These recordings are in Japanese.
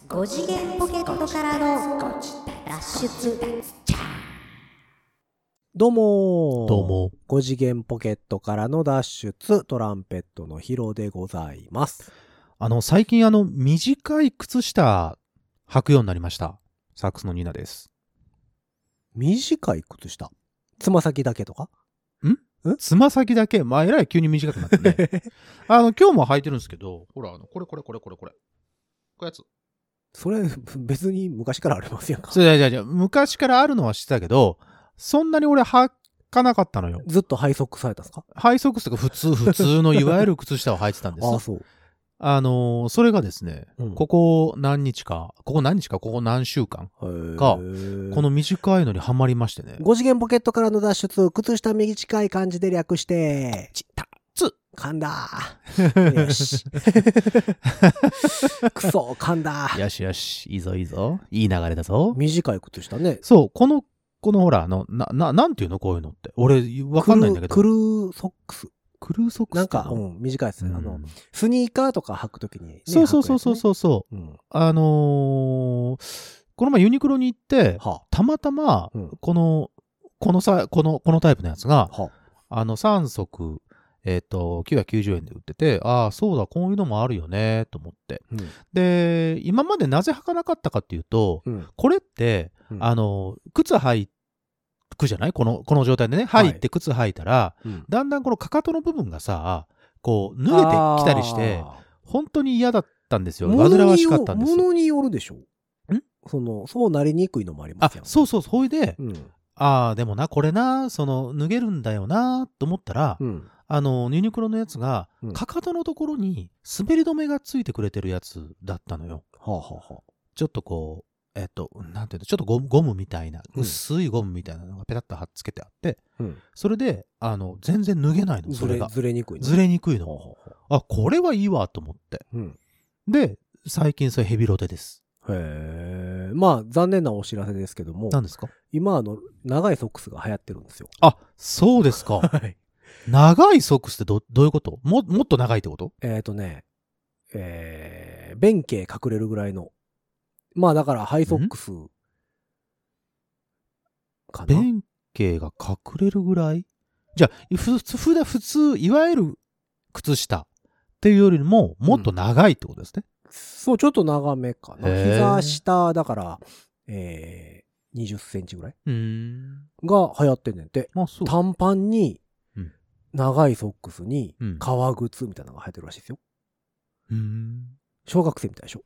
5次元ポケットからの脱出。 どうも 5 次元ポケットからの脱出、トランペットのヒロでございます。 最近短い靴下履くようになりました。サックスのニーナです。 短い靴下、つま先だけとかつま先だけえらい急に短くなったね。今日も履いてるんですけど、ほら、これ。こういうやつ。 それ、別に昔からありますやんか。 昔からあるのは知ってたけど、そんなに俺履かなかったのよ。 ずっとハイソックス履いたんですか？ ハイソックスとか普通のいわゆる靴下を履いてたんです。 ああ、そう。 それがですね、ここ何週間か、この短いのにハマりましてね。 5次元ポケットからの脱出、靴下短い感じで略して、噛んだ。よし。くそ、噛んだ。 よし、いいぞ。いい流れだぞ。 短い靴下ね。 そう、このほら、なんていうのこういうのって。俺、わかんないんだけど。 クルーソックス。 クルーソックスなんか、短いですね。スニーカーとか履くときに、ね。 そう。この前ユニクロに行って、たまたま、このタイプのやつが、3足、990円で売ってて、ああ、そうだ、こういうのもあるよね、と思って。で、今までなぜ履かなかったかっていうと、これって、靴履くじゃない？この状態でね、履いて靴履いたら、だんだんこのかかとの部分がさ、こう、脱げてきたりして、本当に嫌だったんですよ。煩わしかったんですよ。 物によるでしょ？そうなりにくいのもありますよね。 そう、ほいで、でもな、これな、脱げるんだよな、と思ったら、ユニクロのやつが、かかとのところに滑り止めがついてくれてるやつだったのよ。ちょっとこう、なんていうの、ちょっとゴムみたいな、薄いゴムみたいなのがペタッと貼っつけてあって、それで、全然脱げないの、それが。 ずれにくいの。 これはいいわ、と思って。で、最近それヘビロテです。 へー。残念なお知らせですけども。 何ですか？ 今、長いソックスが流行ってるんですよ。 あ、そうですか。はい。長いソックスってどういうこと？もっと長いってこと？ 弁慶隠れるぐらいの。だからハイソックスかな。 弁慶が隠れるぐらい？じゃあ、普通、いわゆる靴下っていうよりも、もっと長いってことですね。 そう、ちょっと長めかな。膝下だから、20センチぐらいが流行ってんねんて。短パンに、長いソックスに、革靴みたいなのが流行ってるらしいですよ。小学生みたいでしょ。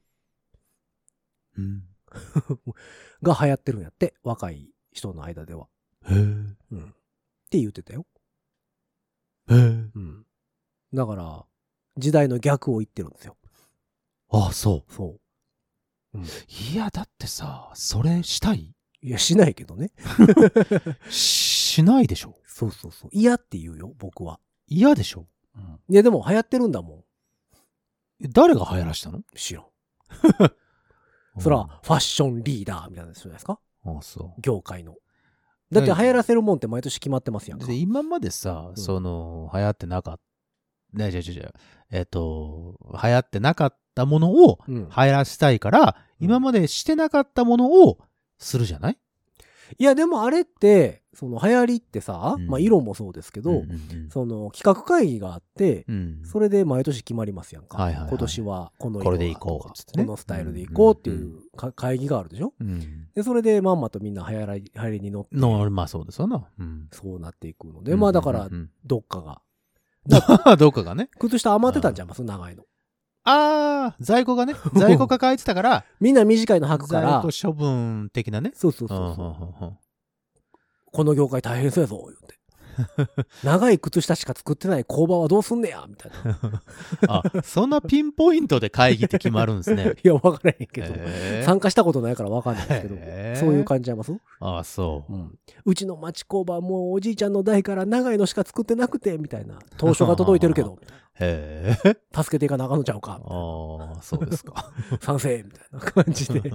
が流行ってるんやって、若い人の間では。って言ってたよ。だから、時代の逆を言ってるんですよ。 ああ、そう。 そう。 いや、だってさ、それしたい？ いや、しないけどね。 しないでしょ。 そう。嫌って言うよ、僕は。 嫌でしょ。 いや、でも流行ってるんだもん。誰が流行らしたの？ 知らん。そら、ファッションリーダーみたいなやつじゃないですか？ ああ、そう。 業界の。だって流行らせるもんって毎年決まってますやんか。 今までさ、流行ってなかった。流行ってなかったものを流行らせたいから、今までしてなかったものをするじゃない？ いや、でもあれって、流行りってさ、色もそうですけど、企画会議があって、それで毎年決まりますやんか。今年はこの色これでいこう、 このスタイルでいこうっていう会議があるでしょ？で、それでまんまとみんな流行りに乗って。 そうですよな。 そうなっていくので、だから、どっかが。 どっかがね。 靴下余ってたんちゃいます？長いの。 在庫がね。在庫抱えてたから。 みんな短いの履くから。 在庫処分的なね。 そう。この業界大変そうやぞ、言って。長い靴下しか作ってない工場はどうすんねや、みたいな。そんなピンポイントで会議って決まるんですね。 いや、わからへんけど。参加したことないからわかんないですけど。そういう感じちゃいます？ そう。 うちの町工場もうおじいちゃんの代から長いのしか作ってなくて、みたいな。当初が届いてるけど。助けていかなあかんのちゃうか。 そうですか。 賛成みたいな感じで。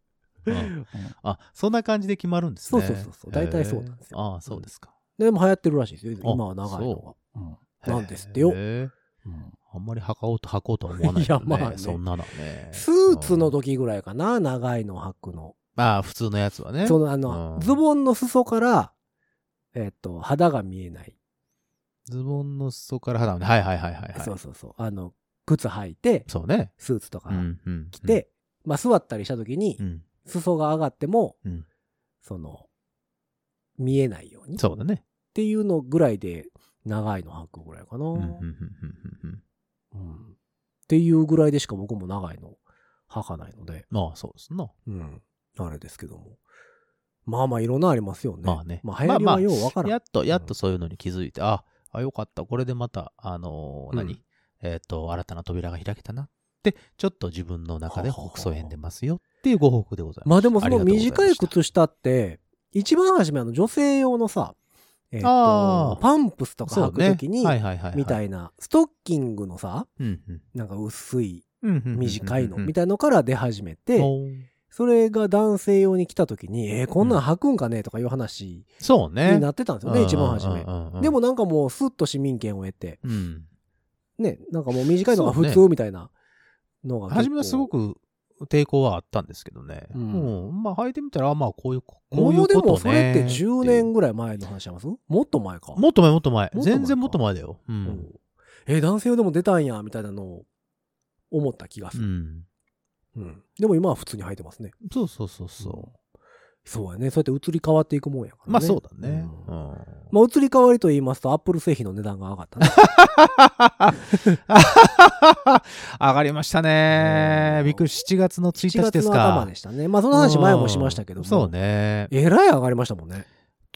そんな感じで決まるんですね。 そう。大体そうなんですよ。 そうですか。 でも流行ってるらしいですよ。今は長いのが。なんですってよ。 あんまり履こうとは思わない、ね。 いや、まあ、ね、 そんなのね。 スーツの時ぐらいかな、長いの履くの。 まあ、普通のやつはね。 ズボンの裾から、肌が見えない。 ズボンの裾から肌が見えない。はいはいはいはい。 そう。靴履いて、 そうね。 スーツとか着て、まあ、座ったりした時に、裾が上がっても、見えないように。 そうだね。 っていうのぐらいで、長いの履くぐらいかな。っていうぐらいでしか僕も長いの履かないので。 まあ、そうですな。 あれですけども。まあいろんなありますよね。 まあね。 まあ流行りはようわからん。 やっとそういうのに気づいて、よかった。これでまた、新たな扉が開けたなって、ちょっと自分の中で北総園出ますよっていうご報告でございます。 まあでもその短い靴下って、一番初め女性用のさ、パンプスとか履くときに、みたいな、ストッキングのさ、なんか薄い、短いのみたいのから出始めて、それが男性用に来たときに、こんなん履くんかねとかいう話になってたんですよね、一番初め。でもなんかもうスッと市民権を得て、ね、なんかもう短いのが普通みたいなのが。 初めはすごく抵抗はあったんですけどね。まあ履いてみたら、まあこういうことね。 もうでもそれって10年ぐらい前の話します？もっと前か。 もっと前。全然もっと前だよ。 男性用でも出たんや、みたいなのを思った気がする。でも今は普通に履いてますね。 そう。 そうやね。そうやって移り変わっていくもんやからね。 まあそうだね。 まあ移り変わりと言いますと、アップル製品の値段が上がったね。 上がりましたね。びっくり、7月の1日ですか。7月の頭でしたね。まあその話前もしましたけども。 そうね。 えらい上がりましたもんね。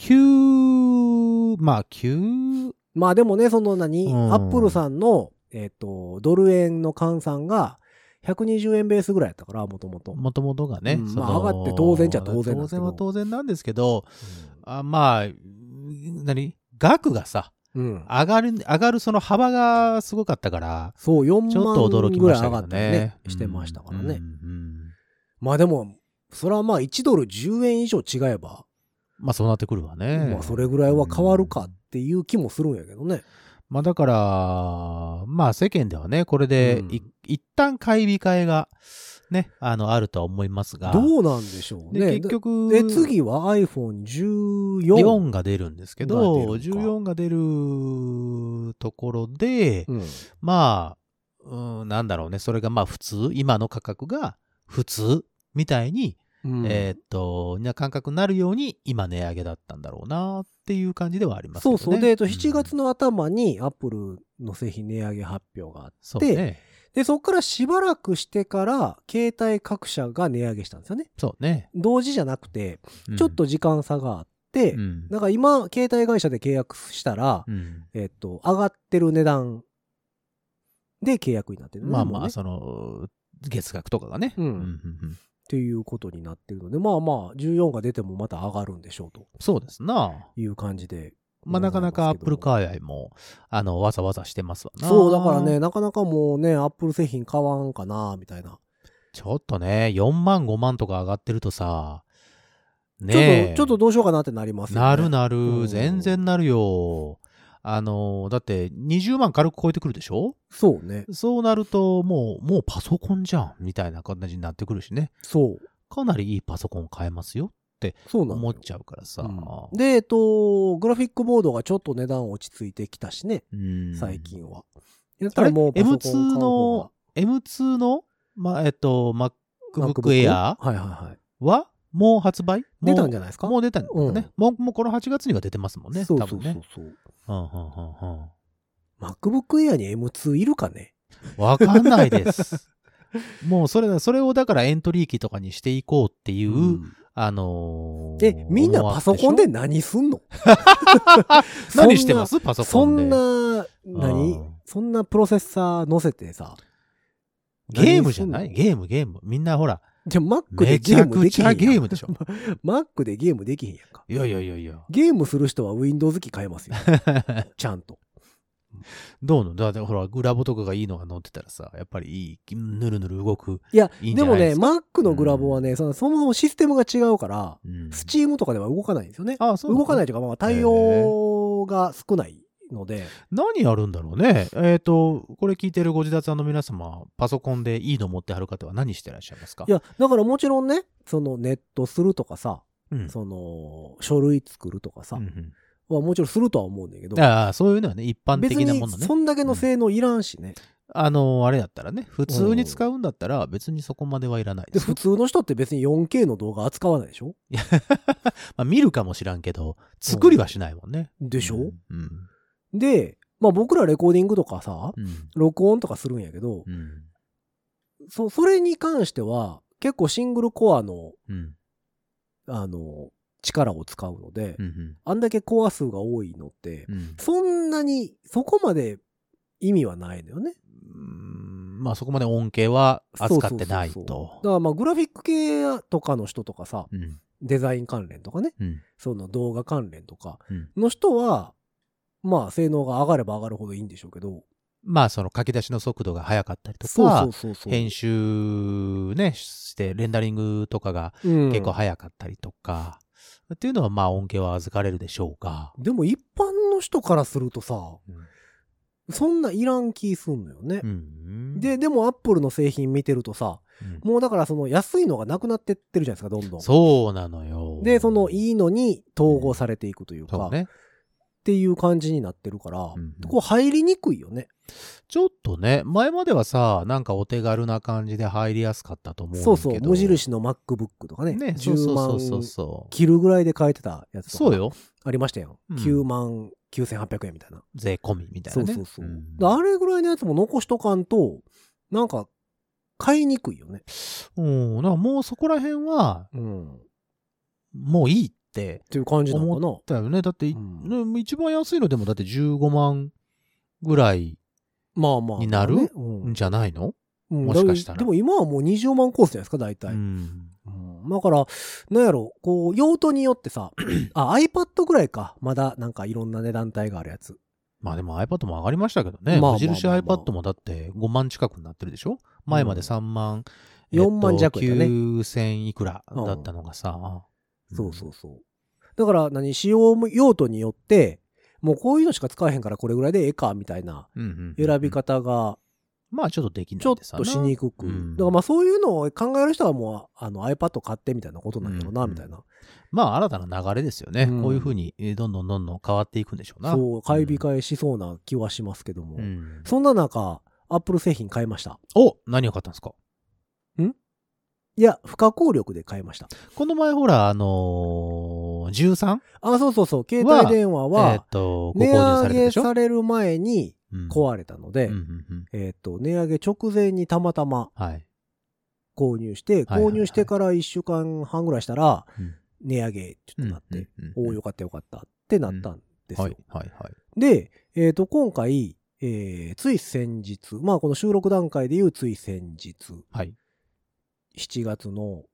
まあでもね、アップルさんの、ドル円の換算が、120円ベースぐらいやったから、もともと。 もともとがね。 まあ上がって当然じゃ当然なんですけど。 当然は当然なんですけど、まあ、額がさ、上がるその幅がすごかったから、 そう、4万ちょっと驚きましたけどね。してましたからね。まあでも、それはまあ1ドル10円以上違えば。 まあそうなってくるわね。 まあそれぐらいは変わるかっていう気もするんやけどね。 まあだから、まあ世間ではね、これで一旦買い控えがね、あるとは思いますが。 どうなんでしょうね。 結局。 次は iPhone14。 4が出るんですけど、14が出るところで、まあ、なんだろうね、それがまあ普通、今の価格が普通みたいに、な感覚になるように今値上げだったんだろうなっていう感じではありますけどね。 そう。で、7月の頭にアップルの製品値上げ発表があって、で、そこからしばらくしてから、携帯各社が値上げしたんですよね。 そうね。 同時じゃなくて、ちょっと時間差があって、だから今、携帯会社で契約したら、上がってる値段で契約になってる。 まあ、月額とかがね。 っていうことになってるので、まあ14が出てもまた上がるんでしょうと。 そうですな。 いう感じで。 まあなかなかアップル界隈も、わざわざしてますわな。 そう、だからね、なかなかもうね、アップル製品買わんかな、みたいな。 ちょっとね、4万5万とか上がってるとさ、ねちょっとどうしようかなってなりますよね。 なる。全然なるよ。だって20万軽く超えてくるでしょ？ そうね。 そうなると、もうパソコンじゃん、みたいな感じになってくるしね。 そう。 かなりいいパソコン買えますよって思っちゃうからさ。 で、グラフィックボードがちょっと値段落ち着いてきたしね。最近は。やったらもうパソコン買う方が。 M2 の、MacBook Air はもう発売出たんじゃないですか？ もう出たんだね。もうこの8月には出てますもんね。 そう。MacBook Air に M2 いるかね？ わかんないです。もうそれをだからエントリー機とかにしていこうっていう、 みんなパソコンで何すんの？ 何してます？パソコンで。 そんなプロセッサー乗せてさ。 ゲームじゃない？ゲーム。みんなほら。 じゃあ Mac でゲームできへんやん。 めちゃくちゃゲームでしょ。 Mac でゲームできへんやんか。 いや。 ゲームする人は Windows 機買えますよ。ちゃんと。 どうの？だってほら、グラボとかがいいのが載ってたらさ、やっぱりいい、ぬるぬる動く。 いや、でもね、Mac のグラボはね、そもそもシステムが違うから、Steam とかでは動かないんですよね。動かないというか、対応が少ないので。 何やるんだろうね。これ聞いてるご自宅の皆様、パソコンでいいの持ってはる方は何してらっしゃいますか？ いや、だからもちろんね、そのネットするとかさ、その書類作るとかさ、はもちろんするとは思うんだけど。 ああ、そういうのはね、一般的なものね。 別にそんだけの性能いらんしね。 あれだったらね、普通に使うんだったら別にそこまではいらないです。で、普通の人って別に 4K の動画扱わないでしょ？ まあ見るかもしらんけど、作りはしないもんね。 でしょ？で、まあ僕らレコーディングとかさ、録音とかするんやけど、それに関しては結構シングルコアの、力を使うので、あんだけコア数が多いのって、そんなに、そこまで意味はないのよね。 まあそこまで恩恵は扱ってないと。 だからまあグラフィック系とかの人とかさ、デザイン関連とかね、その動画関連とかの人は、まあ性能が上がれば上がるほどいいんでしょうけど、 まあその書き出しの速度が速かったりとか、編集ね、してレンダリングとかが結構速かったりとか、っていうのはまあ恩恵は預かれるでしょうが。 でも一般の人からするとさ、そんないらん気すんのよね。でもアップルの製品見てるとさ、もうだからその安いのがなくなってってるじゃないですか、どんどん。 そうなのよ。 で、そのいいのに統合されていくというか、っていう感じになってるから、こう入りにくいよね。 ちょっとね、前まではさ、なんかお手軽な感じで入りやすかったと思うんだけど。 そうそう、無印の MacBook とかね。10万切るぐらいで買えてたやつとか。 そうよ。 ありましたよ。9万9800円みたいな。 税込みみたいなね。 そう。あれぐらいのやつも残しとかんと、なんか、買いにくいよね。 だからもうそこら辺は、もういいっていう感じなのかな。 思ったよね。だって、一番安いのでもだって15万ぐらいになるんじゃないの？もしかしたら。 でも今はもう20万コースじゃないですか、大体。だから、なんやろ、こう、用途によってさ、iPad ぐらいか。まだなんかいろんな値段帯があるやつ。 まあでも iPad も上がりましたけどね。無印 iPad もだって5万近くになってるでしょ？前まで3万、 4万弱だね。 9000いくらだったのがさ。 そう。だから使用用途によって、もうこういうのしか使えへんからこれぐらいでええか、みたいな選び方が、 まあちょっとできないちょっとしにくく。だからまあそういうのを考える人はもうiPad 買ってみたいなことなんやろな、みたいな。 まあ新たな流れですよね。こういうふうにどんどん変わっていくんでしょうな。 そう、買い控えしそうな気はしますけども。そんな中、Apple 製品買いました。 お、何を買ったんですか？ いや、不可抗力で買いました。 この前ほら、13？ そう。携帯電話は、値上げされる前に壊れたので、値上げ直前にたまたま購入して、購入してから1週間半ぐらいしたら、値上げちょっとなって、よかったってなったんですよ。で、今回、つい先日、まあこの収録段階でいうつい先日、7月の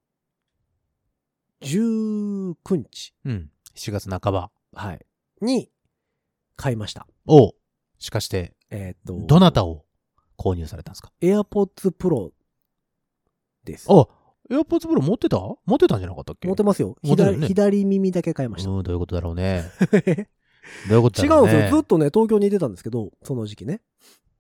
19日。 7月半ば。 に買いました。 しかして、どなたを購入されたんですか？ AirPods Pro です。 AirPods Pro 持ってたんじゃなかったっけ？ 持ってますよ。左耳だけ買いました。 どういうことだろうね。どういうことだろうね。 違うんですよ。ずっとね、東京にいてたんですけど、その時期ね。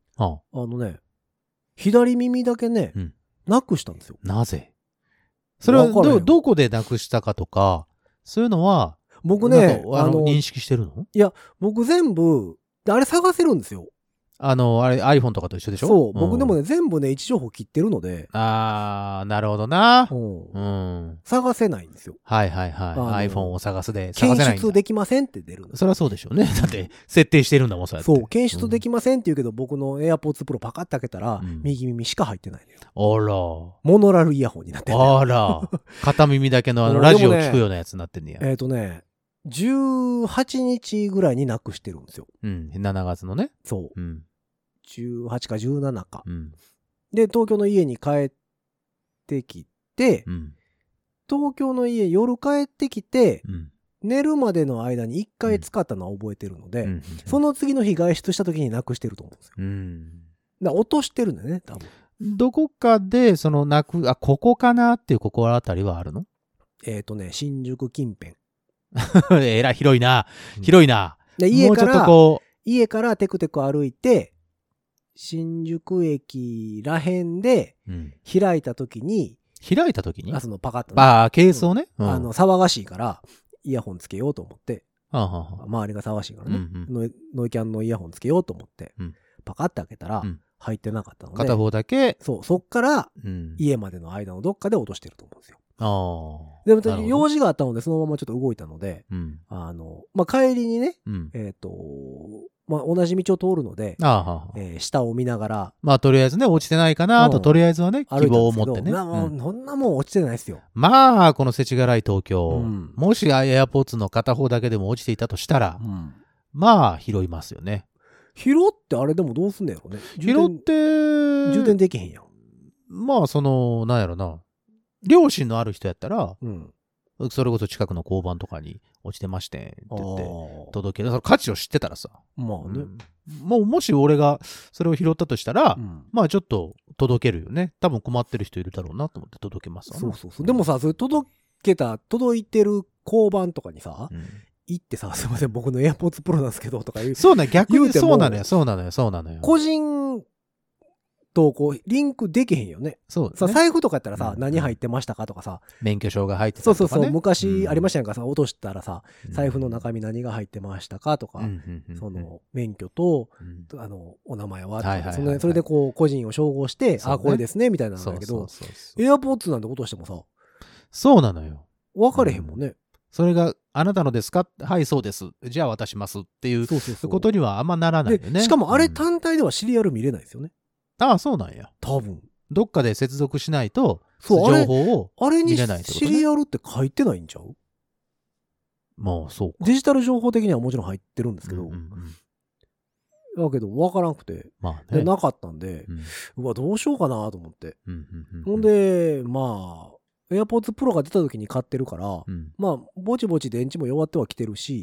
左耳だけね、なくしたんですよ。 なぜ？それはどこでなくしたかとか、そういうのは、 僕ね、 認識してるの？ いや、僕全部、あれ探せるんですよ。 あれ iPhone とかと一緒でしょ？ そう。僕でもね、全部ね、位置情報切ってるので。 なるほどな。 探せないんですよ。 iPhone を探せないんだ。検出できませんって出るんです。 そりゃそうでしょうね。だって、設定してるんだもん、そうやって。 そう。検出できませんって言うけど、僕の AirPods Pro パカッて開けたら、右耳しか入ってないのよ。モノラルイヤホンになってる。 片耳だけのラジオを聞くようなやつになってんねや。 18日ぐらいになくしてるんですよ。 7月のね。 そう。18か17か。で、東京の家に帰ってきて、東京の家夜帰ってきて、寝るまでの間に1回使ったのは覚えてるので、その次の日外出した時になくしてると思うんですよ。だから落としてるんだよね、多分。 どこかで、ここかなっていう心当たりはあるの？新宿近辺。 えらい広いな。広いな。 で、家から家からテクテク歩いて、新宿駅らへんで、開いた時に、 そのパカッと、 ね。ケースをね。 騒がしいから、イヤホンつけようと思って、周りが騒がしいからね、ノイキャンのイヤホンつけようと思って、パカッて開けたら、入ってなかったので。 片方だけ。 そっから、家までの間のどっかで落としてると思うんですよ。でも、用事があったので、そのままちょっと動いたので、帰りにね、同じ道を通るので、下を見ながら。 とりあえずね、落ちてないかなと、とりあえずはね、希望を持ってね。 そんなもん落ちてないですよ。 この世知辛い東京。もしエアポッツの片方だけでも落ちていたとしたら、拾いますよね。 拾ってあれでもどうすんねやろね。 拾って、 充電できへんやん。 なんやろな。良心のある人やったら、それこそ近くの交番とかに落ちてましてって言って届ける。その価値を知ってたらさ。もし俺がそれを拾ったとしたら、ちょっと届けるよね。多分困ってる人いるだろうなと思って届けますわ。 そう。でもさ、それ届いてる交番とかにさ、行ってさ、すいません、僕の AirPods Pro なんですけどとか言う。 そうね、逆にそうなのよ。 個人とリンクできへんよね。 そうさ、財布とかやったらさ、何入ってましたかとかさ。 免許証が入ってたとかね。 そう、昔ありましたやんかさ、落としたらさ、財布の中身何が入ってましたかとか、その、免許と、お名前はとか、それで個人を照合して、これですね、みたいなんだけど、AirPods なんて落としてもさ、 そうなのよ。 分かれへんもんね。 それが、あなたのですか？はい、そうです。じゃあ渡しますっていうことにはあんまならないよね。 しかもあれ単体ではシリアル見れないですよね。 そうなんや。 多分。 どっかで接続しないと、情報を見れないってことね。 シリアルって書いてないんちゃう？ そうか。 デジタル情報的にはもちろん入ってるんですけど、だけど分からなくて、でなかったんで、どうしようかなと思って。ほんで、AirPods Pro が出た時に買ってるから、ぼちぼち電池も弱ってはきてるし、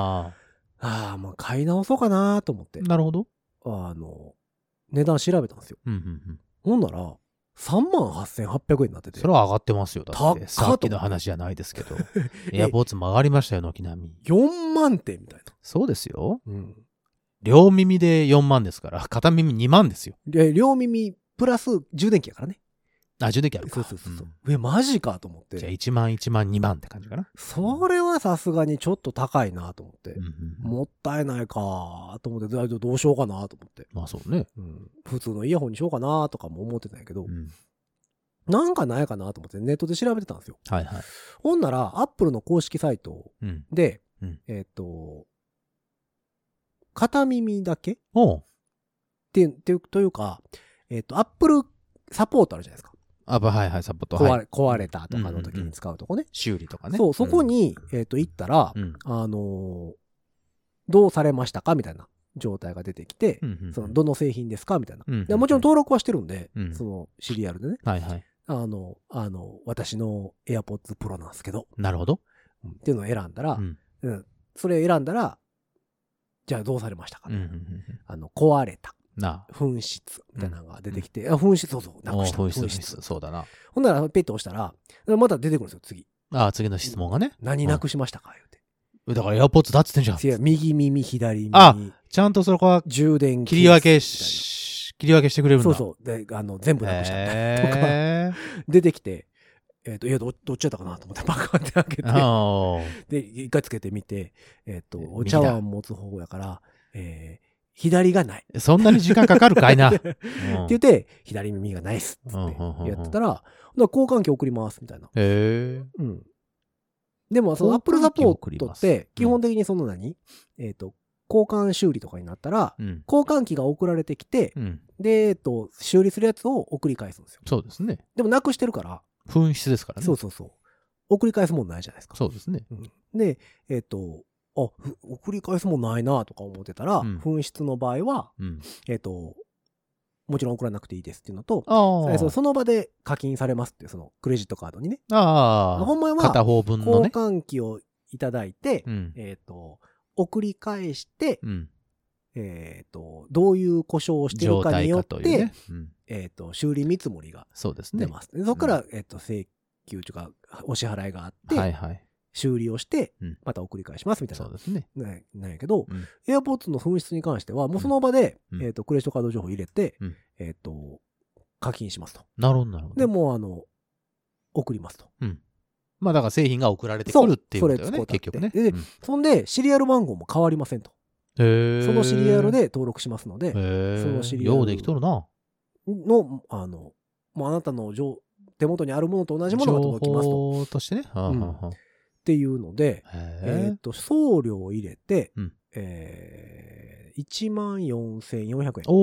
買い直そうかなと思って。 なるほど。 値段調べたんですよ。ほんなら、38,800円になってて。 それは上がってますよ。だって、さっきの話じゃないですけど。AirPods も上がりましたよ、軒並み。 4万点みたいな。 そうですよ。両耳で4万ですから、片耳2万ですよ。 両耳プラス充電器やからね。 充電器あるか。 そう。マジかと思って。 じゃあ1万、1万、2万って感じかな。 それはさすがにちょっと高いなと思って。もったいないかと思って、どうしようかなと思って。 そうね。 普通のイヤホンにしようかなとかも思ってたんやけど、なんかないかなと思ってネットで調べてたんですよ。ほんなら、アップルの公式サイトで、片耳だけというか、アップルサポートあるじゃないですか。 サポート。 壊れたとかの時に使うとこね。 修理とかね。 そこに、行ったら、どうされましたかみたいな状態が出てきて、どの製品ですかみたいな。もちろん登録はしてるんで、そのシリアルでね。私の AirPods Pro なんですけど。 なるほど。 っていうのを選んだら、それを選んだら、じゃあどうされましたか壊れた。紛失みたいなのが出てきて、紛失、なくした。紛失。 そうだな。 ほんなら、ペッと押したら、また出てくるんですよ、次。 次の質問がね。 何なくしましたか言うて。 だからエアポッツだっつってんじゃん。 右耳、左耳。 ちゃんとそこは、 充電切り分けしてくれるんだ。 そう。で、全部なくしちゃったとか、出てきて、どっちやったかなと思ってパカって開けて、で、一回つけてみて、お茶碗持つ方やから、左がない。 そんなに時間かかるかいな。って言って、左耳がないっす。ってやってたら、交換機送ります、みたいな。でも、その Apple サポートって、基本的にその交換修理とかになったら、交換機が送られてきて、で、修理するやつを送り返すんですよ。 そうですね。 でもなくしてるから。 紛失ですからね。 そう。送り返すもんないじゃないですか。 そうですね。 で、送り返すもんないなとか思ってたら、紛失の場合は、もちろん送らなくていいですっていうのと、その場で課金されますっていう、そのクレジットカードにね。ほんまは、 片方分のね。 交換機をいただいて、送り返して、どういう故障をしているかによって、修理見積もりが出ます。そこから、請求というか、お支払いがあって、 修理をして、また送り返しますみたいな。 そうですね。 なんやけど、AirPods の紛失に関しては、もうその場で、クレジットカード情報入れて、課金しますと。 なるほど、なるほど。 で、もう送りますと。 まあだから製品が送られてくるっていうことだよね、結局ね。 で、そんで、シリアル番号も変わりませんと。そのシリアルで登録しますので、そのシリアルようできとるな。 もうあなたの手元にあるものと同じものが届きますと。 情報としてね。 っていうので、送料を入れて、14,400円。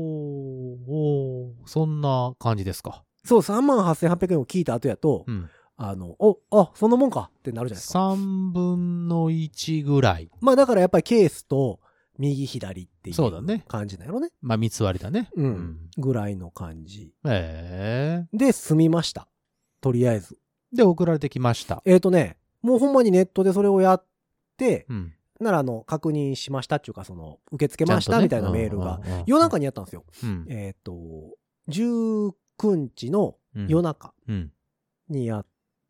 そんな感じですか。 そう、38,800円を聞いた後やと、そんなもんかってなるじゃないですか。 3分の1ぐらい。 まあだからやっぱりケースと右左っていう感じだよね。 まあ3つ割りだね。 ぐらいの感じ。で、済みました。とりあえず。 で、送られてきました。 もうほんまにネットでそれをやって、なら確認しましたっていうか、受け付けましたみたいなメールが夜中にやったんですよ。19日の夜中にやって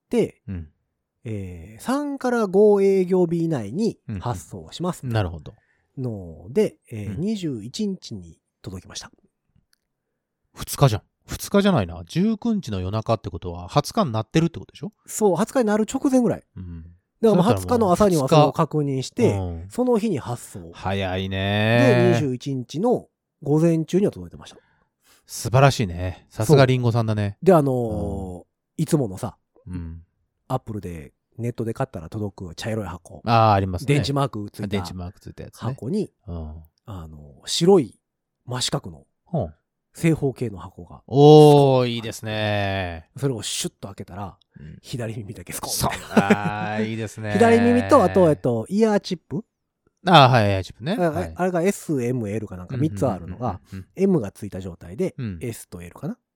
、3から5営業日以内に発送します。 なるほど。 ので、21日に届きました。 2日じゃん。2日じゃないな。19日の夜中ってことは20日になってるってことでしょ？ そう、20日になる直前ぐらい。だから20日の朝にはそれを確認して、その日に発送。 早いね。 で、21日の午前中には届いてました。 素晴らしいね。さすがリンゴさんだね。 で、いつものさ、アップルでネットで買ったら届く茶色い箱。 ありますね。 電池マークついたやつ。箱に、白い真四角の正方形の箱が。 いいですね。 それをシュッと開けたら、左耳だけスコーン。いいですね。 左耳と、あと、イヤーチップ。 イヤーチップね。 あれが S、M、L かなんか3つあるのが、M がついた状態で、S と L かな。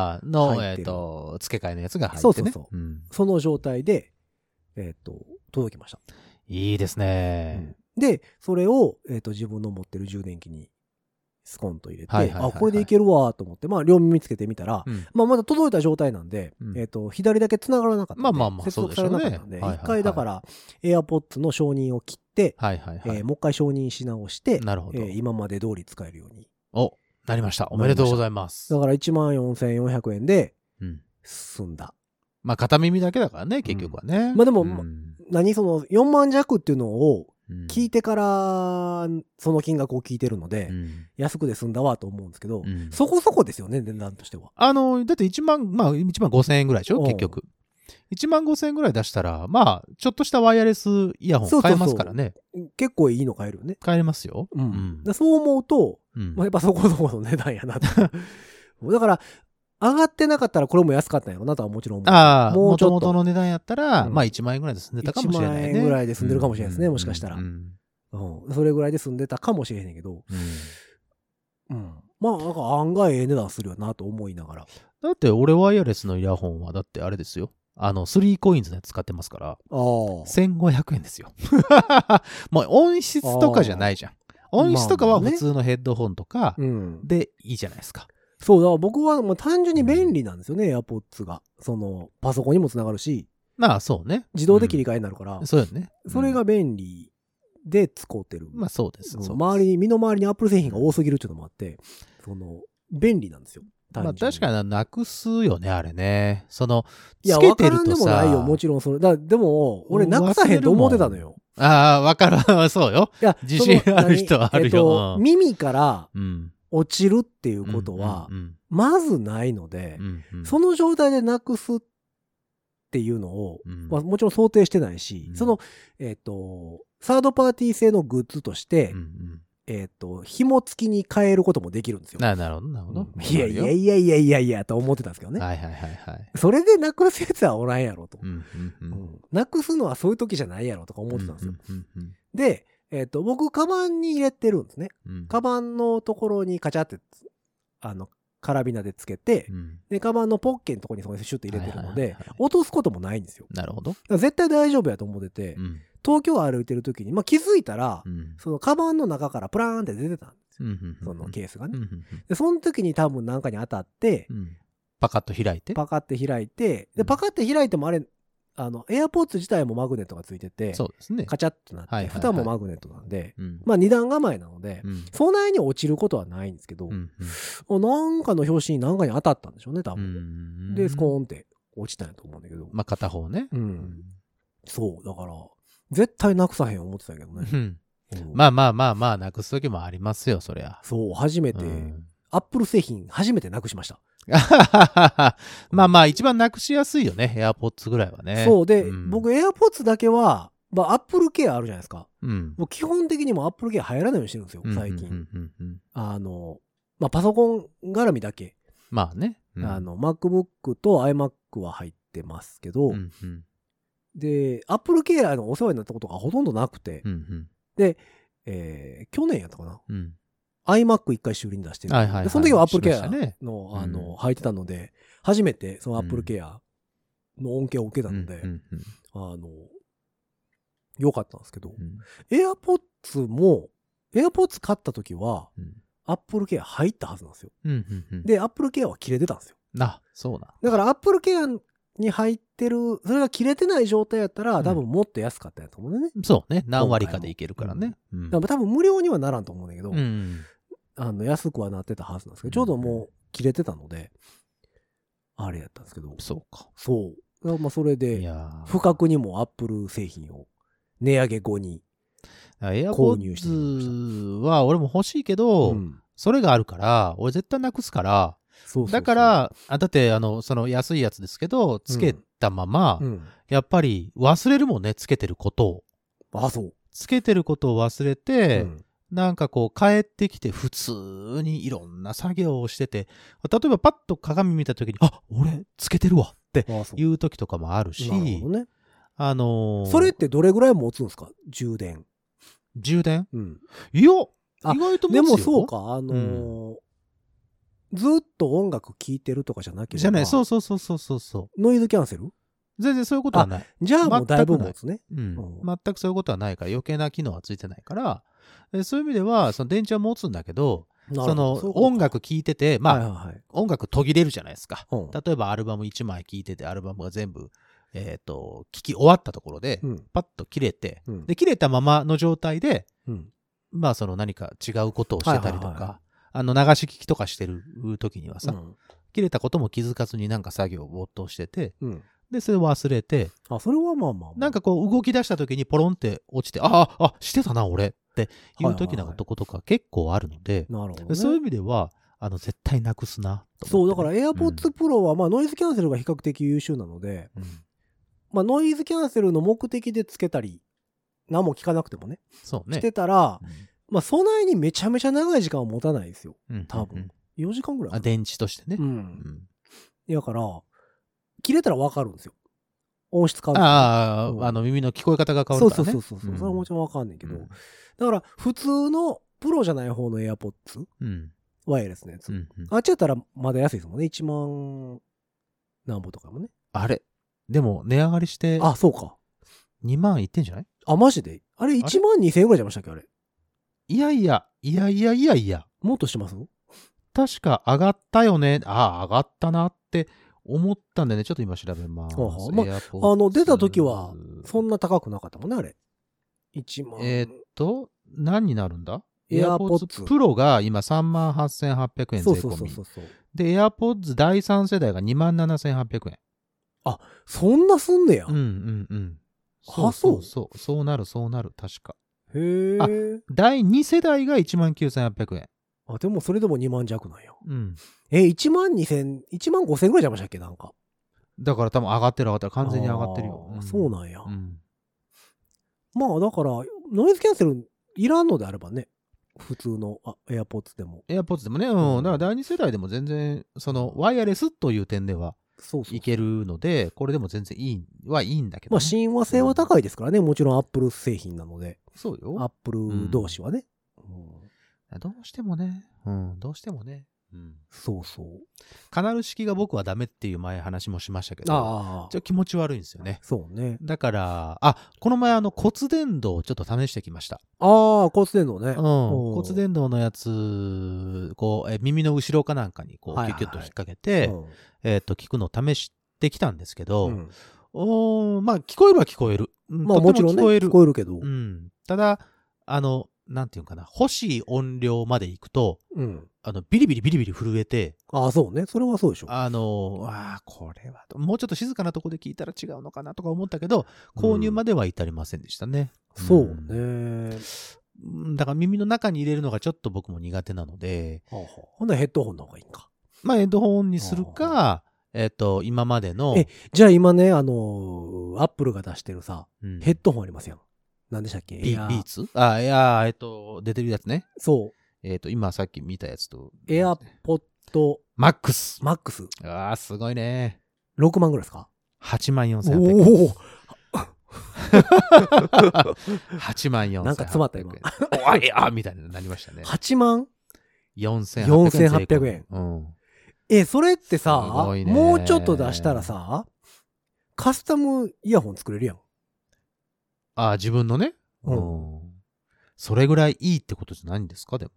付け替えのやつが入ってね。 そう。その状態で、届きました。 いいですね。 で、それを、自分の持ってる充電器にスコンと入れて、これでいけるわと思って、両耳つけてみたら、まだ届いた状態なんで、左だけ繋がらなかったんで、接続されなかったんで、一回だから、AirPods の承認を切って、もう一回承認し直して、今まで通り使えるように。 なりました。おめでとうございます。 だから14,400円で、済んだ。 片耳だけだからね、結局はね。 でも、4万弱っていうのを聞いてから、その金額を聞いてるので、安くで済んだわと思うんですけど、そこそこですよね、値段としては。 だって1万5,000円ぐらいでしょ、結局。1万5,000円ぐらい出したら、ちょっとしたワイヤレスイヤホン買えますからね。 結構いいの買えるよね。 買えますよ。 そう思うと、やっぱそこそこの値段やなと。だから、上がってなかったらこれも安かったんやろなとはもちろん思う。 もうちょっと。元々の値段やったら、1万円ぐらいで済んでたかもしれないね。 1万円ぐらいで済んでるかもしれないですね、もしかしたら。それぐらいで済んでたかもしれへんけど。なんか案外値段するよなと思いながら。 だって俺ワイヤレスのイヤホンはだってあれですよ。3コインズのやつ使ってますから、1,500円ですよ。もう音質とかじゃないじゃん。音質とかは普通のヘッドホンとかでいいじゃないですか。 そうだ、僕はもう単純に便利なんですよね、AirPods が。パソコンにもつながるし。 そうね。 自動で切り替えになるから。 そうよね。 それが便利で使ってる。 そうです。 身の回りに Apple 製品が多すぎるっていうのもあって、便利なんですよ。 確かになくすよね、あれね。つけてるとさ。 いや、わからんでもないよ、もちろんそれ。でも、俺なくさへんと思ってたのよ。 わかる。そうよ。いや、自信ある人はあるよ。 耳から、落ちるっていうことは、まずないので、その状態でなくすっていうのを、もちろん想定してないし、サードパーティー製のグッズとして、紐付きに変えることもできるんですよ。 なるほど、なるほど。 いや、と思ってたんですけどね。それでなくすやつはおらんやろと。なくすのはそういう時じゃないやろとか思ってたんですよ。で、僕、カバンに入れてるんですね。カバンのところにカチャって、カラビナでつけて、で、カバンのポッケのところにそこにシュッと入れてるので、落とすこともないんですよ。 なるほど。 絶対大丈夫やと思ってて、東京を歩いてる時に、気づいたら、そのカバンの中からプラーンって出てたんですよ。そのケースがね。で、その時に多分なんかに当たって、 パカッと開いて。 で、パカッて開いてもあれ、 AirPods 自体もマグネットがついてて、 そうですね。 カチャッとなって、蓋もマグネットなんで、 まあ2段構えなので、そんなに落ちることはないんですけど、なんかの拍子に何かに当たったんでしょうね、多分。で、スコーンって落ちたんやと思うんだけど。 まあ片方ね。 そう、だから、絶対なくさへん思ってたけどね。 まあ、なくす時もありますよ、そりゃ。 そう、初めて、アップル製品初めてなくしました。 まあ、一番なくしやすいよね、AirPods ぐらいはね。 そうで、僕 AirPods だけは、Apple Care あるじゃないですか。基本的にも Apple Care 入らないようにしてるんですよ、最近。パソコン絡みだけ。 まあね。 MacBook と iMac は入ってますけど、で、Apple Care のお世話になったことがほとんどなくて、で、去年やったかな。iMac 一回修理に出してる。で、その時は Apple Care の、入ってたので、初めてその Apple Care の恩恵を受けたので、良かったんですけど、AirPods 買った時は、Apple Care 入ったはずなんですよ。で、Apple Care は切れてたんですよ。 そうだ。 だから Apple Care に入ってる、それが切れてない状態やったら、多分もっと安かったやと思うね。 そうね。何割かでいけるからね。 多分無料にはならんと思うんだけど、安くはなってたはずなんですけど、ちょうどもう切れてたので、あれやったんですけど。 そうか。 そう。まあそれで、不覚にも Apple 製品を値上げ後に購入してみました。 AirPods は俺も欲しいけど、それがあるから、俺絶対なくすから、だから、だってその安いやつですけど、つけたまま、やっぱり忘れるもんね、つけてることを。 そう。 つけてることを忘れて、なんかこう帰ってきて普通にいろんな作業をしてて、例えばパッと鏡見た時に、俺つけてるわっていう時とかもあるし、 なるほどね。それってどれぐらい持つんですか？充電。いや、意外と持つよ。でもそうか、ずっと音楽聴いてるとかじゃなければ。 じゃない、そう。 ノイズキャンセル？ 全然そういうことはない。 じゃあもうだいぶ持つね。 全くそういうことはないから余計な機能はついてないから、そういう意味ではその電池は持つんだけど、その音楽聴いてて、音楽途切れるじゃないですか。例えばアルバム1枚聴いてて、アルバムが全部聴き終わったところで、パッと切れて、で切れたままの状態で、その何か違うことをしてたりとか、流し聞きとかしてる時にはさ、切れたことも気づかずになんか作業を没頭してて、で、それを忘れて、 それはなんかこう動き出した時にポロンって落ちて、してたな、俺っていう時のとことか結構あるので、そういう意味では、絶対なくすな。 そう、だから AirPods Pro は、ノイズキャンセルが比較的優秀なので、ノイズキャンセルの目的でつけたり、何も聞かなくてもね、してたら、そないにめちゃめちゃ長い時間は持たないですよ。多分。4時間ぐらい。 電池としてね。 だから、切れたら分かるんですよ。音質変わる。耳の聞こえ方が変わるからね。 そう。それはもちろん分かんないけど。だから、普通のプロじゃない方の AirPods、ワイヤレスのやつ。あっちやったらまだ安いですもんね。1万何本とかもね。 あれでも、値上がりして。 そうか。 2万いってんじゃない？ マジで？あれ1万2000円ぐらいじゃいましたっけあれ。 いや。 もっとしてます？ 確か上がったよね。上がったなって思ったんでね。ちょっと今調べます。 出た時はそんな高くなかったもんね、あれ。1万。 何になるんだ？ AirPods Pro が今 38,800 円税込み。で、AirPods 第3世代が 27,800 円。 そんなすんねや。 そうなる。確か。 へえ。 第2世代が 19,800 円。 でもそれでも2万弱なんや。1万2000、1万5000ぐらいじゃいましたっけなんか。 だから多分上がってる完全に上がってるよ。 そうなんや。だから、ノイズキャンセルいらんのであればね。普通のAirPods でも。 AirPods でもね。だから第2世代でも全然、そのワイヤレスという点では、いけるので、これでも全然いいんだけど、 親和性は高いですからね。もちろん Apple 製品なので。 そうよ。 Apple 同士はね。 どうしてもね。 そう。 カナル式が僕はダメっていう前話もしましたけど、ちょっと気持ち悪いんですよね。 そうね。 だから、この前骨伝導をちょっと試してきました。 骨伝導ね。 骨伝導のやつ、耳の後ろかなんかにキュキュッと引っ掛けて、聞くのを試してきたんですけど、 まあ、聞こえるは聞こえる。 まあもちろんね、聞こえるけど。 ただ、なんていうかな、欲しい音量まで行くと、ビリビリ震えて。 ああ、そうね。それはそうでしょ。 これは、もうちょっと静かなとこで聞いたら違うのかなとか思ったけど、購入までは至りませんでしたね。 そうね。 だから耳の中に入れるのがちょっと僕も苦手なので。 ほんならヘッドホンの方がいいんか。 まあヘッドホンにするか、今までの。 じゃあ今ね、アップルが出してるさ、ヘッドホンありますやん。何でしたっけ？ ビーツ？出てるやつね。 そう。 今さっき見たやつと。 エアポッド。 マックス。すごいね。 6万ぐらいですか？ 84,800 円。おお84,800円。 なんか詰まった今。 みたいになりましたね。 8万 ?4,800 円。それってさ、もうちょっと出したらさ、カスタムイヤホン作れるやん。 自分のね。それぐらいいいってことじゃないんですか、でも。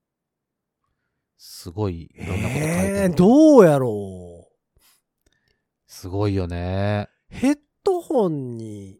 すごい、いろんなこと書いてある。 どうやろう。 すごいよね。 ヘッドホンに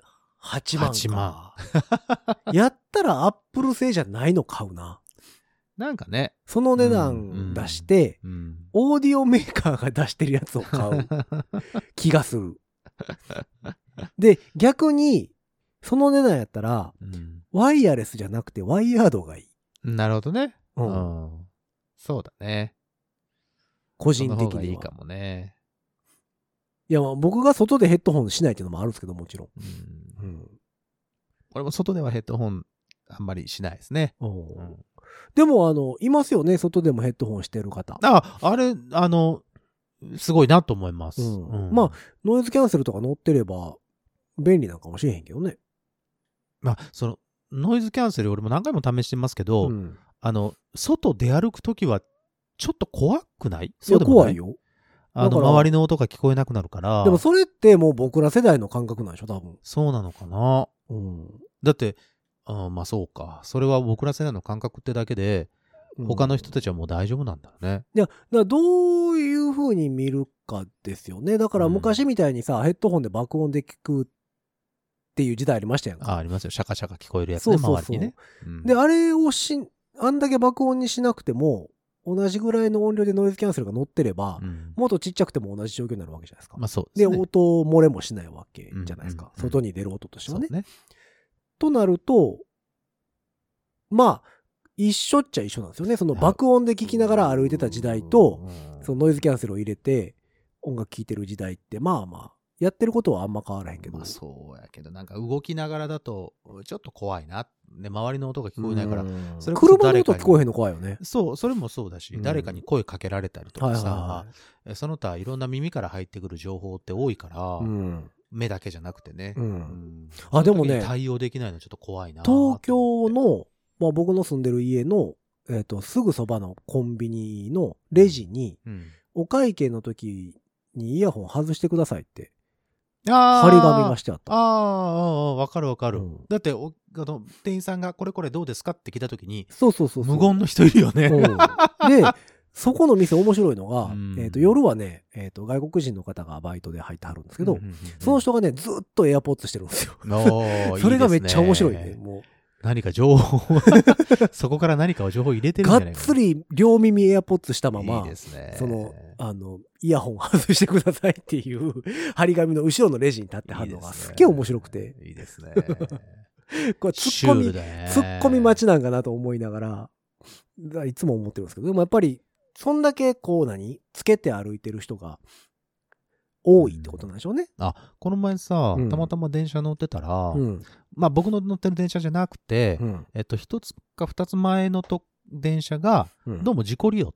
8万か。8万。やったらアップル製じゃないの買うな。 なんかね。 その値段出して、オーディオメーカーが出してるやつを買う気がする。で、逆に、その値段やったら、ワイヤレスじゃなくてワイヤードがいい。 なるほどね。そうだね。 個人的には。 その方がいいかもね。 いや、僕が外でヘッドホンしないっていうのもあるんですけど、もちろん。 俺も外ではヘッドホンあんまりしないですね。 でも、いますよね、外でもヘッドホンしてる方。 あれ、すごいなと思います。 まあ、ノイズキャンセルとか乗ってれば、便利なんかもしれへんけどね。 まあ、ノイズキャンセル俺も何回も試してますけど、外出歩くときは、ちょっと怖くない？ そうでもない。怖いよ。 周りの音が聞こえなくなるから。 でもそれってもう僕ら世代の感覚なんでしょ、多分。 そうなのかな。だって、まあそうか。それは僕ら世代の感覚ってだけで、他の人たちはもう大丈夫なんだよね。 いや、だからどういう風に見るかですよね。だから昔みたいにさ、ヘッドホンで爆音で聞くっていう時代ありましたやんか。 ありますよ。シャカシャカ聞こえるやつね、周りにね。 で、あれをあんだけ爆音にしなくても、同じぐらいの音量でノイズキャンセルが乗ってれば、もっとちっちゃくても同じ状況になるわけじゃないですか。 まあそうですね。 で、音漏れもしないわけじゃないですか。外に出る音としてはね。となると、まあ、一緒っちゃ一緒なんですよね。その爆音で聞きながら歩いてた時代と、そのノイズキャンセルを入れて音楽聴いてる時代って、まあまあ、やってることはあんま変わらへんけど。 まあそうやけど、なんか動きながらだと、ちょっと怖いな。ね、周りの音が聞こえないから、 それこそ車の音聞こえへんの怖いよね。 そう、それもそうだし、誰かに声かけられたりとかさ、その他いろんな耳から入ってくる情報って多いから、目だけじゃなくてね。 でもね、 対応できないのちょっと怖いな。 東京の、まあ僕の住んでる家の、すぐそばのコンビニのレジに、お会計の時にイヤホン外してくださいって、張り紙がしてあった。 わかるわかる。だって、店員さんがこれこれどうですかって聞いた時に、 そう。 無言の人いるよね。 で、そこの店面白いのが、夜はね、外国人の方がバイトで入ってはるんですけど、その人がね、ずっとエアポッツしてるんですよ。それがめっちゃ面白いね。もう何か情報そこから何かを情報入れてるんじゃないかな。 がっつり両耳エアポッツしたまま、 いいですね、 イヤホン外してくださいっていう張り紙の後ろのレジに立ってはるのがすっげえ面白くて。 いいですね。 これツッコミ待ちなんかなと思いながら、いつも思ってるんですけど、でもやっぱり、そんだけつけて歩いてる人が多いってことなんでしょうね。 この前さ、たまたま電車乗ってたら、まあ僕の乗ってる電車じゃなくて、一つか二つ前の電車が、どうも事故りよって、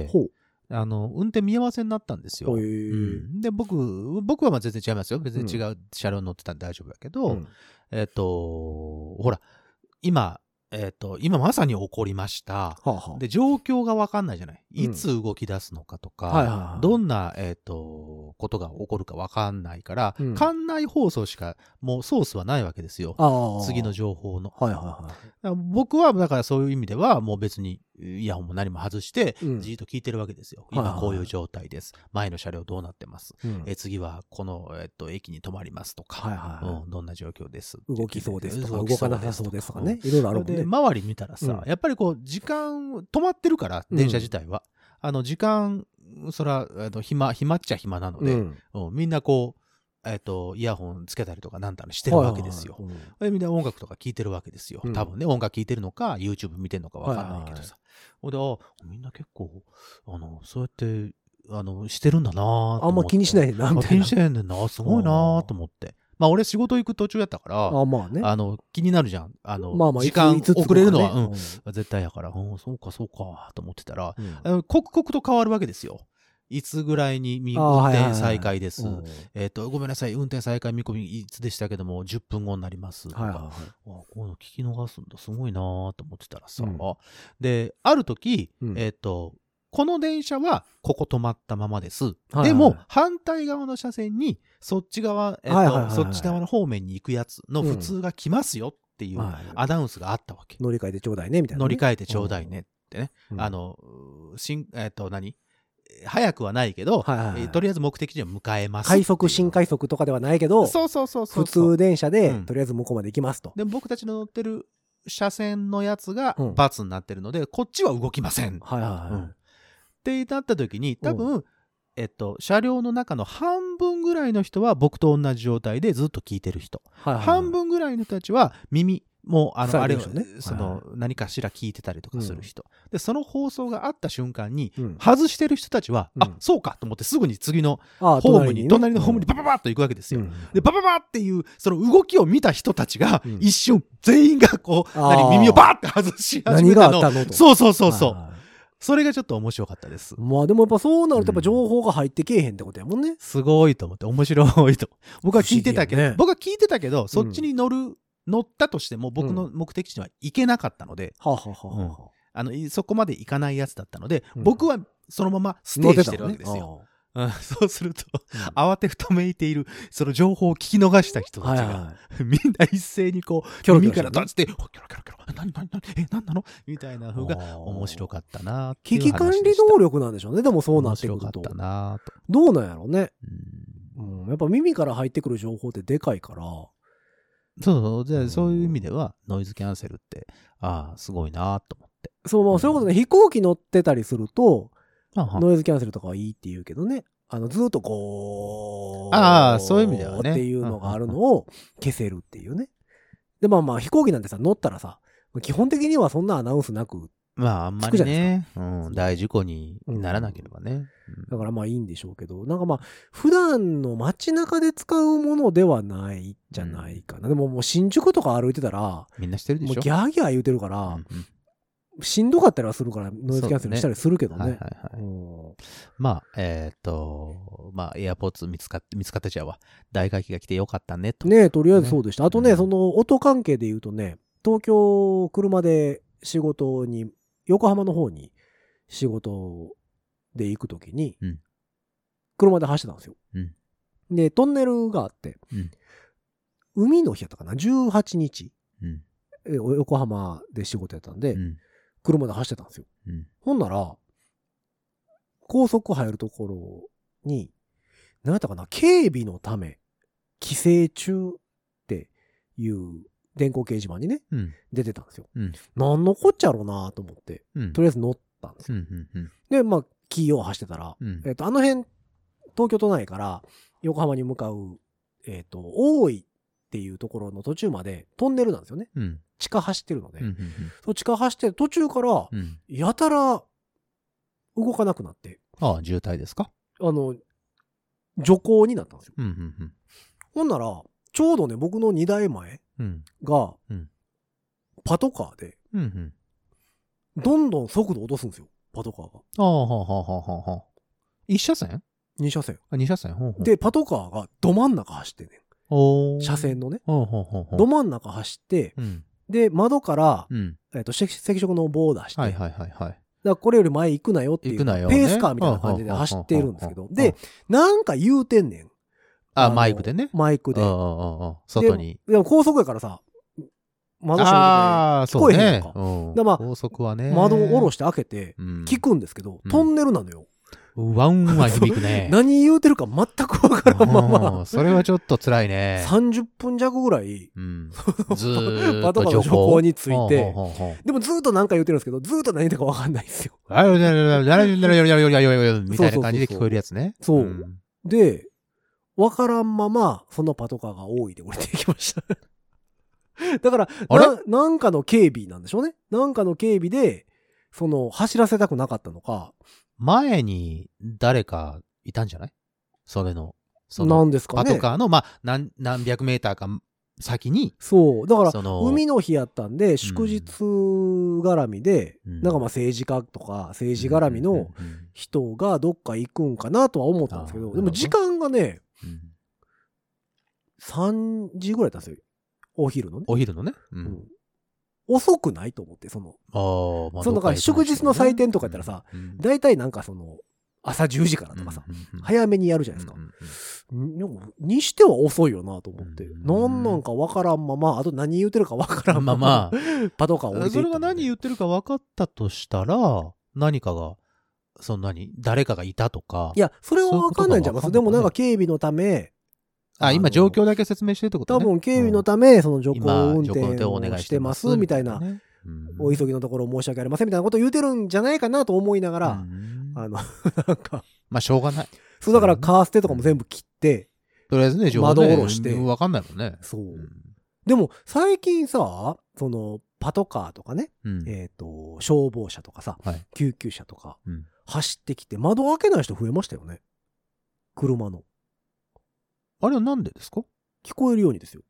運転見合わせになったんですよ。で、僕はまあ全然違いますよ。別に違う車両乗ってたんで大丈夫だけど、ほら、今まさに起こりました。で、状況がわかんないじゃない。いつ動き出すのかとか、どんな、ことが起こるかわかんないから、館内放送しか、もうソースはないわけですよ。次の情報の。僕は、だからそういう意味では、もう別にイヤホンも何も外して、じーっと聞いてるわけですよ。今こういう状態です。前の車両どうなってます。次はこの、駅に止まりますとか、どんな状況です。 動きそうですとか、動かなさそうですとかね。いろいろあるもんね。 で、周り見たらさ、やっぱりこう、時間、止まってるから、電車自体は。時間、そら、暇っちゃ暇なので、みんなこう、イヤホンつけたりとかなんだろしてるわけですよ。みんな音楽とか聴いてるわけですよ。多分ね、音楽聴いてるのか、YouTube 見てるのかわかんないけどさ。で、みんな結構、そうやって、してるんだなぁ。 あんま気にしないな、みたいな。 気にしないんだな、すごいなぁと思って。まあ俺仕事行く途中やったから、 まあね、 気になるじゃん。時間遅れるのは、絶対やから、そうか、と思ってたら、刻々と変わるわけですよ。いつぐらいに運転再開です。ごめんなさい、運転再開見込みいつでしたけども、10分後になります。こういうの聞き逃すんだ、すごいなぁと思ってたらさ。で、ある時、この電車はここ止まったままです。でも、反対側の車線に、そっち側、そっち側の方面に行くやつの普通が来ますよっていうアナウンスがあったわけ。 乗り換えてちょうだいね、みたいな。 乗り換えてちょうだいねってね。早くはないけど、とりあえず目的地には迎えます。 新快速とかではないけど、普通電車で、とりあえず向こうまで行きますと。 でも僕たちの乗ってる車線のやつが×になってるので、こっちは動きません。ってなった時に、多分、車両の中の半分ぐらいの人は僕と同じ状態でずっと聞いてる人。半分ぐらいの人たちは耳、もう、あれを、何かしら聞いてたりとかする人。で、その放送があった瞬間に、外してる人たちは、そうかと思ってすぐに次のホームに、隣のホームにバババッと行くわけですよ。で、バババッっていう、その動きを見た人たちが、一瞬、全員がこう、耳をバーって外し始めたの。そう。それがちょっと面白かったです。 まあでもやっぱそうなるとやっぱ情報が入ってけえへんってことやもんね。 すごいと思って、面白いと。僕は聞いてたけど、そっちに乗ったとしても僕の目的地には行けなかったので、そこまで行かないやつだったので、僕はそのままステイしてるわけですよ。そうすると、慌てふためいている、その情報を聞き逃した人たちが、みんな一斉にこう、耳から立って、キョロキョロ、何なのみたいな風が面白かったなっていう話でした。 危機管理能力なんでしょうね、でもそうなってくると。 面白かったなと。 どうなんやろうね。やっぱ耳から入ってくる情報ってでかいから。 そういう意味では、ノイズキャンセルって、すごいなと思って。 そういうことね、飛行機乗ってたりすると、ノイズキャンセルとかはいいって言うけどね。ずっとこう、 そういう意味ではね。 っていうのがあるのを消せるっていうね。で、まあ飛行機なんてさ、乗ったらさ、基本的にはそんなアナウンスなく、 あんまりね、大事故にならなければね。 だからまあいいんでしょうけど、なんかまあ、普段の街中で使うものではないじゃないかな。でももう新宿とか歩いてたら、 みんなしてるでしょ。 もうギャーギャー言うてるから、しんどかったりはするから、ノイズキャンセルしたりするけどね。 まあ、エアポーツ見つかってちゃうわ。大会機が来てよかったね、と。 ね、とりあえずそうでした。あとね、その音関係で言うとね、東京車で仕事に、横浜の方に仕事で行くときに、車で走ってたんですよ。で、トンネルがあって、海の日やったかな、18日、横浜で仕事やったんで、車で走ってたんですよ。ほんなら、高速入るところに、何やったかな、警備のため、規制中っていう電光掲示板にね、出てたんですよ。何のこっちゃろうなと思って、とりあえず乗ったんですよ。で、まあ、キーを走ってたら、あの辺、東京都内から横浜に向かう、大井っていうところの途中までトンネルなんですよね。地下走ってるので。そう地下走ってる途中から、やたら動かなくなって。 渋滞ですか？ 徐行になったんですよ。ほんなら、ちょうどね、僕の2台前が、パトカーで、どんどん速度落とすんですよ、パトカーが。 1車線 ?2 車線。 2車線。 で、パトカーがど真ん中走ってんねん。車線のね。ど真ん中走って、で、窓から、赤色の棒を出して、だからこれより前行くなよっていう、ペースカーみたいな感じで走っているんですけど、で、なんか言うてんねん。 マイクでね。 マイクで。 外に。 でも高速やからさ、 窓閉めて聞こえへんやんか。 高速はね。 窓を下ろして開けて、聞くんですけど、トンネルなのよ。 ワンワン響くね。 何言うてるか全くわからんまま。 それはちょっと辛いね。 30分弱ぐらい、 ずーっとパトカーの徐行について、でもずーっと何か言ってるんですけど、ずーっと何言ってるかわかんないんですよ。 みたいな感じで聞こえるやつね。 そう。で、わからんまま、そのパトカーが多いで降りていきました。だから、なんかの警備なんでしょうね。なんかの警備で、走らせたくなかったのか。 前に誰かいたんじゃない？それの。 なんですかね。 パトカーの、何百メーターか先に。 そう。だから、海の日やったんで、祝日絡みで、なんか政治家とか、政治絡みの人がどっか行くんかなとは思ったんですけど、でも時間がね、3時ぐらいだったんですよ。お昼のね。 お昼のね。 遅くないと思って、祝日の祭典とかやったらさ、大体なんか朝10時からとかさ、早めにやるじゃないですか。にしては遅いよなと思って。なんかわからんまま、あと何言ってるかわからんまま、パトカー降りていった。 それが何言ってるか分かったとしたら、何かが、誰かがいたとか。 いや、それはわかんないんじゃないですか。でもなんか警備のため、 今状況だけ説明してるってことね。 多分警備のため、徐行運転をしてますみたいな、お急ぎのところ申し訳ありませんみたいなことを言うてるんじゃないかなと思いながら、なんか。 しょうがない。 そう、だからカーステとかも全部切って、 とりあえずね、 窓下ろして。 わかんないもんね。 そう。でも、最近さ、パトカーとかね、消防車とかさ、救急車とか、走ってきて、窓開けない人増えましたよね。車の。 あれはなんでですか？ 聞こえるようにですよ。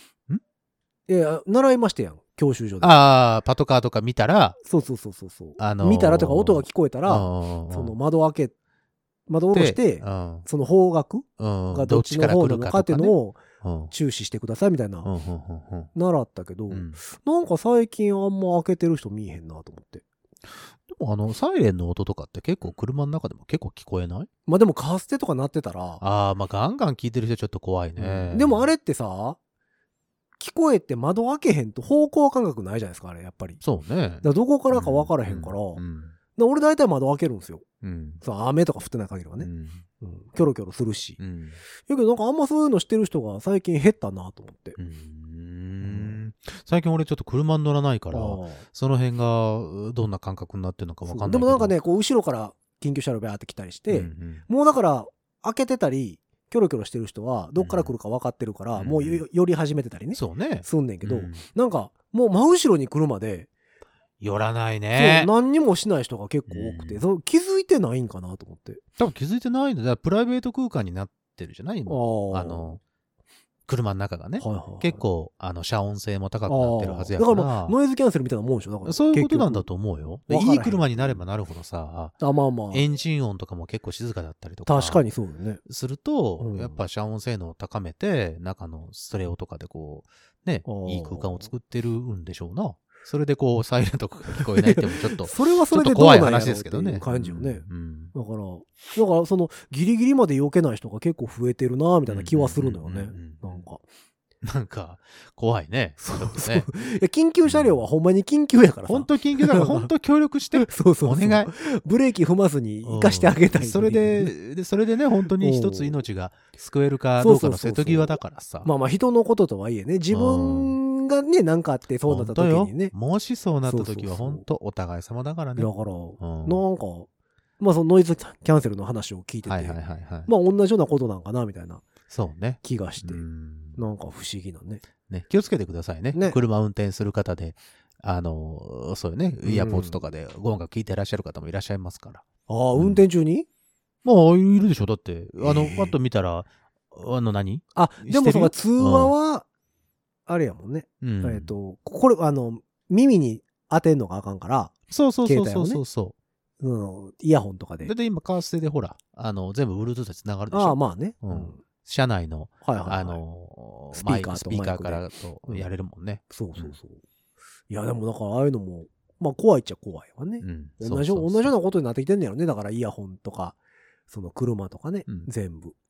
習いましたやん、教習所で。 パトカーとか見たら。 そう。見たらとか音が聞こえたら、窓下ろして、方角がどっちの方なのかっていうのを注視してくださいみたいな、習ったけど、なんか最近あんま開けてる人見えへんなと思って。 でもサイレンの音とかって結構車の中でも結構聞こえない？ でもカーステとか鳴ってたら。 ガンガン聞いてる人ちょっと怖いね。 でもあれってさ、聞こえて窓開けへんと方向感覚ないじゃないですか、あれ、やっぱり。 そうね。 どこからか分からへんから、俺大体窓開けるんですよ。雨とか降ってない限りはね。キョロキョロするし。だけどなんかあんまそういうのしてる人が最近減ったなと思って。 最近俺ちょっと車に乗らないから、その辺がどんな感覚になってるのか分かんないけど。 でもなんかね、後ろから緊急車両ビャーって来たりして、もうだから開けてたり、キョロキョロしてる人はどっから来るか分かってるから、もう寄り始めてたりね。 そうね。 すんねんけど、なんかもう真後ろに来るまで、 寄らないね。 そう、何にもしない人が結構多くて、気づいてないんかなと思って。 多分気づいてないんだ。プライベート空間になってるじゃない？車の中がね。結構、遮音性も高くなってるはずやから。 だからノイズキャンセルみたいなもんでしょ。だからそういうことなんだと思うよ。いい車になればなるほどさ、エンジン音とかも結構静かだったりとか。 確かにそうよね。 すると、やっぱ遮音性能を高めて、中のステレオとかでいい空間を作ってるんでしょうな。それでサイレントが聞こえないってもちょっと、 それはそれで怖い話ですけどね。 感じよね。だからギリギリまで避けない人が結構増えてるなみたいな気はするのよね。 なんか、怖いね。 そう。緊急車両はほんまに緊急やからさ。 本当緊急だから本当協力して。 そう。 お願い。 ブレーキ踏まずに生かしてあげたい。 それでね、本当に一つ命が救えるかどうかの瀬戸際だからさ。 人のこととはいえね、自分がね、なんかあってそうなった時にね。 もしそうなった時は本当お互い様だからね。 だから、なんか、そのノイズキャンセルの話を聞いてて、同じようなことなんかな、みたいな。 そうね。 気がして。なんか不思議なね。 気をつけてくださいね。車運転する方で、そうよね、イヤポーツとかで音楽聴いてらっしゃる方もいらっしゃいますから。 運転中に？ いるでしょ。だって、パッと見たら、何？ でもその通話は、あれやもんね。これ、耳に当てんのがあかんから。 そう。 イヤホンとかで。 だって今、カーステでほら、全部 Bluetooth で繋がるでしょ。 まあね。 車内の、 スピーカーからとやれるもんね。 そう。いや、でもだからああいうのも、怖いっちゃ怖いわね。同じようなことになってきてんだよね。だからイヤホンとか、その車とかね、全部。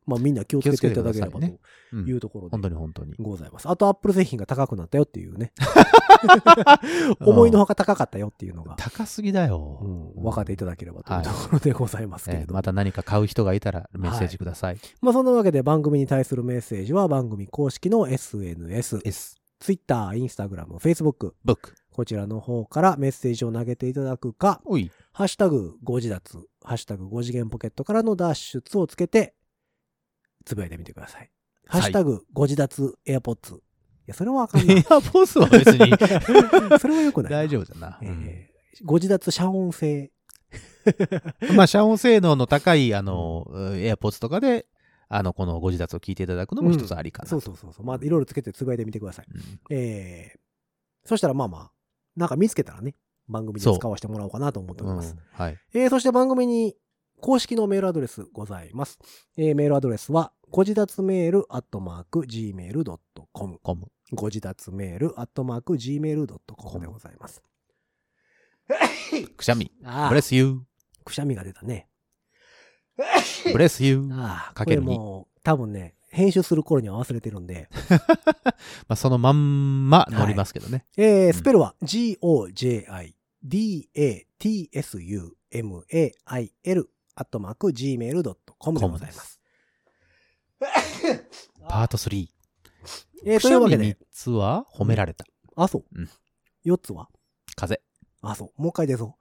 まあみんな気をつけていただければというところで。 本当に本当に。 ございます。あと、アップル製品が高くなったよっていうね。思いのほか高かったよっていうのが。 高すぎだよ。 分かっていただければというところでございますけれども。 また何か買う人がいたらメッセージください。 まあそんなわけで番組に対するメッセージは番組公式の SNS、Twitter、Instagram、Facebook。こちらの方からメッセージを投げていただくか、ハッシュタグご自立、ハッシュタグ5次元ポケットからの脱出をつけて、つぶやいてみてください。ハッシュタグご自立エアポッツ。いや、それはあかんない。 エアポッツは別に。 それはよくない。 大丈夫だな。 ご自立遮音性。 まあ、遮音性能の高い、エアポッツとかで、このご自立を聞いていただくのも一つありかな。 そう。まあ、いろいろつけてつぶやいてみてください。そしたらまあ、なんか見つけたらね、番組で使わせてもらおうかなと思っております。そして番組に公式のメールアドレスございます。メールアドレスは、ご自立メール@gmail.com。ご自立メール@gmail.com でございます。 くしゃみ。ブレスユー。 くしゃみが出たね。 ブレスユー。 かける2。もう、多分ね、編集する頃には忘れてるんで。 まあ、そのまんま乗りますけどね。 スペルは GOJIDATSUMAIL @gmail.com でございます。 パート3。 というわけで。 3つは褒められた。 あ、そう。4つは風。 あ、そう。もう一回出そう。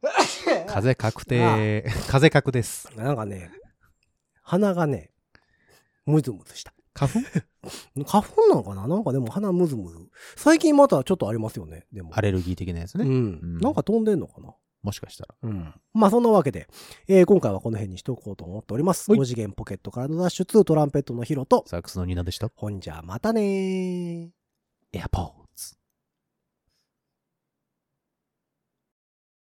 風確定。風確です。 なんかね、鼻がね、ムズムズした。 花粉花粉なのかななんかでも鼻ムズムズ。最近またちょっとありますよね。でも。 アレルギー的なやつね。 なんか飛んでんのかなもしかしたら。 まあそんなわけで、今回はこの辺にしとこうと思っております。5次元ポケットからの脱出、トランペットのヒロと、 サックスのニナでした。 ほんじゃまたねー。 エアポー。